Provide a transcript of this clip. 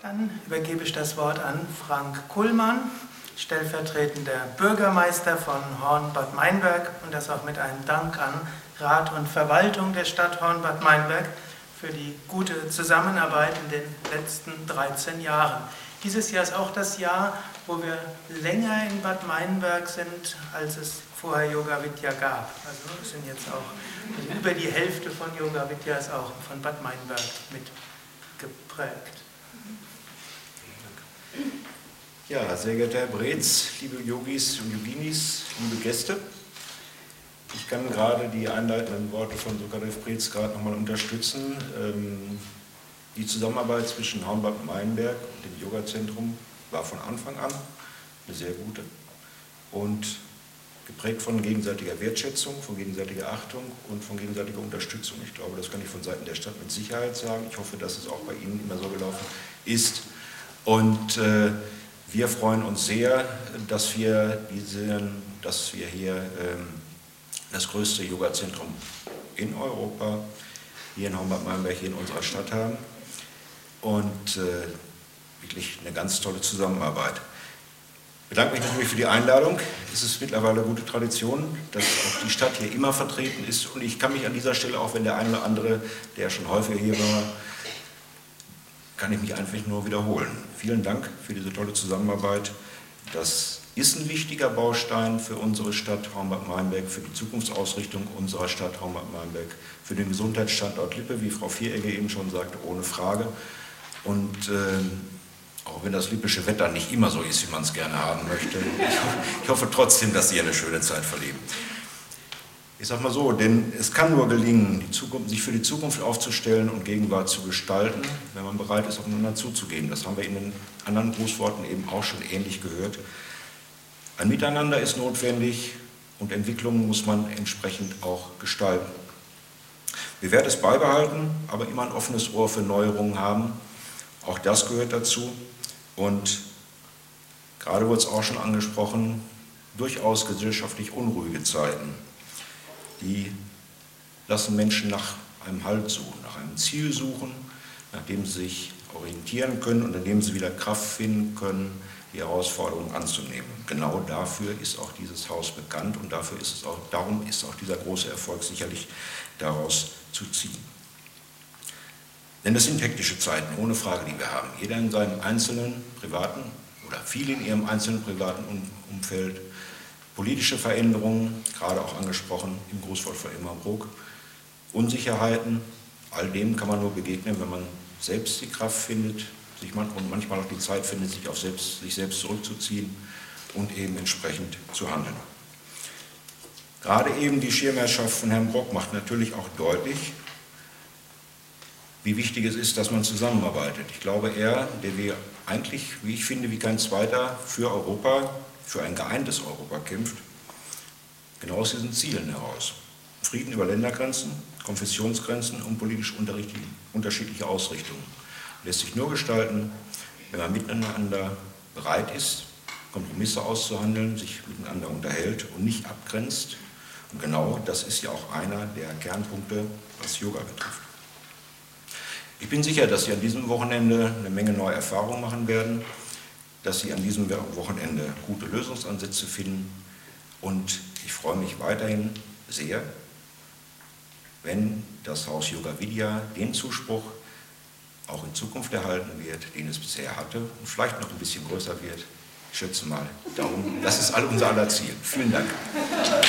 Dann übergebe ich das Wort an Frank Kuhlmann, stellvertretender Bürgermeister von Horn-Bad Meinberg, und das auch mit einem Dank an Rat und Verwaltung der Stadt Horn-Bad Meinberg für die gute Zusammenarbeit in den letzten 13 Jahren. Dieses Jahr ist auch das Jahr, wo wir länger in Bad Meinberg sind, als es vorher Yoga Vidya gab. Also es sind jetzt auch über die Hälfte von Yoga Vidya ist auch von Bad Meinberg mitgeprägt. Ja, sehr geehrter Herr Breetz, liebe Yogis und Yoginis, liebe Gäste, ich kann gerade die einleitenden Worte von Sukadev Breetz gerade nochmal unterstützen. Die Zusammenarbeit zwischen Horn-Bad Meinberg und dem Yogazentrum war von Anfang an eine sehr gute und geprägt von gegenseitiger Wertschätzung, von gegenseitiger Achtung und von gegenseitiger Unterstützung. Ich glaube, das kann ich von Seiten der Stadt mit Sicherheit sagen. Ich hoffe, dass es auch bei Ihnen immer so gelaufen ist. Und wir freuen uns sehr, dass wir hier das größte Yoga-Zentrum in Europa, hier in Horn-Bad Meinberg, hier in unserer Stadt haben. Und wirklich eine ganz tolle Zusammenarbeit. Ich bedanke mich natürlich für die Einladung. Es ist mittlerweile gute Tradition, dass auch die Stadt hier immer vertreten ist. Und ich kann mich an dieser Stelle, auch wenn der eine oder andere, der schon häufiger hier war, kann ich mich einfach nur wiederholen. Vielen Dank für diese tolle Zusammenarbeit. Das ist ein wichtiger Baustein für unsere Stadt Horn-Bad Meinberg, für die Zukunftsausrichtung unserer Stadt Horn-Bad Meinberg, für den Gesundheitsstandort Lippe, wie Frau Vieregger eben schon sagte, ohne Frage. Und auch wenn das lippische Wetter nicht immer so ist, wie man es gerne haben möchte, ich hoffe trotzdem, dass Sie eine schöne Zeit verleben. Ich sage mal so, denn es kann nur gelingen, sich für die Zukunft aufzustellen und Gegenwart zu gestalten, wenn man bereit ist, aufeinander zuzugehen. Das haben wir in den anderen Grußworten eben auch schon ähnlich gehört. Ein Miteinander ist notwendig und Entwicklungen muss man entsprechend auch gestalten. Wir werden es beibehalten, aber immer ein offenes Ohr für Neuerungen haben. Auch das gehört dazu. Und gerade wurde es auch schon angesprochen, durchaus gesellschaftlich unruhige Zeiten. Die lassen Menschen nach einem Halt suchen, nach einem Ziel suchen, nach dem sie sich orientieren können und in dem sie wieder Kraft finden können, die Herausforderungen anzunehmen. Genau dafür ist auch dieses Haus bekannt und darum ist auch dieser große Erfolg sicherlich daraus zu ziehen. Denn das sind hektische Zeiten, ohne Frage, die wir haben. Jeder in seinem einzelnen privaten oder viele in ihrem einzelnen privaten Umfeld. Politische Veränderungen, gerade auch angesprochen im Grußwort von Immerbruck, Unsicherheiten, all dem kann man nur begegnen, wenn man selbst die Kraft findet, und manchmal auch die Zeit findet, sich auf sich selbst zurückzuziehen und eben entsprechend zu handeln. Gerade eben die Schirmherrschaft von Herrn Brock macht natürlich auch deutlich, wie wichtig es ist, dass man zusammenarbeitet. Ich glaube, der wir eigentlich, wie ich finde, wie kein zweiter für Europa, für ein geeintes Europa kämpft, genau aus diesen Zielen heraus. Frieden über Ländergrenzen, Konfessionsgrenzen und politisch unterschiedliche Ausrichtungen. Lässt sich nur gestalten, wenn man miteinander bereit ist, Kompromisse auszuhandeln, sich miteinander unterhält und nicht abgrenzt. Und genau das ist ja auch einer der Kernpunkte, was Yoga betrifft. Ich bin sicher, dass Sie an diesem Wochenende eine Menge neue Erfahrungen machen werden, dass Sie an diesem Wochenende gute Lösungsansätze finden und ich freue mich weiterhin sehr, wenn das Haus Yoga Vidya den Zuspruch auch in Zukunft erhalten wird, den es bisher hatte und vielleicht noch ein bisschen größer wird. Ich schätze mal, darum, das ist unser aller Ziel. Vielen Dank.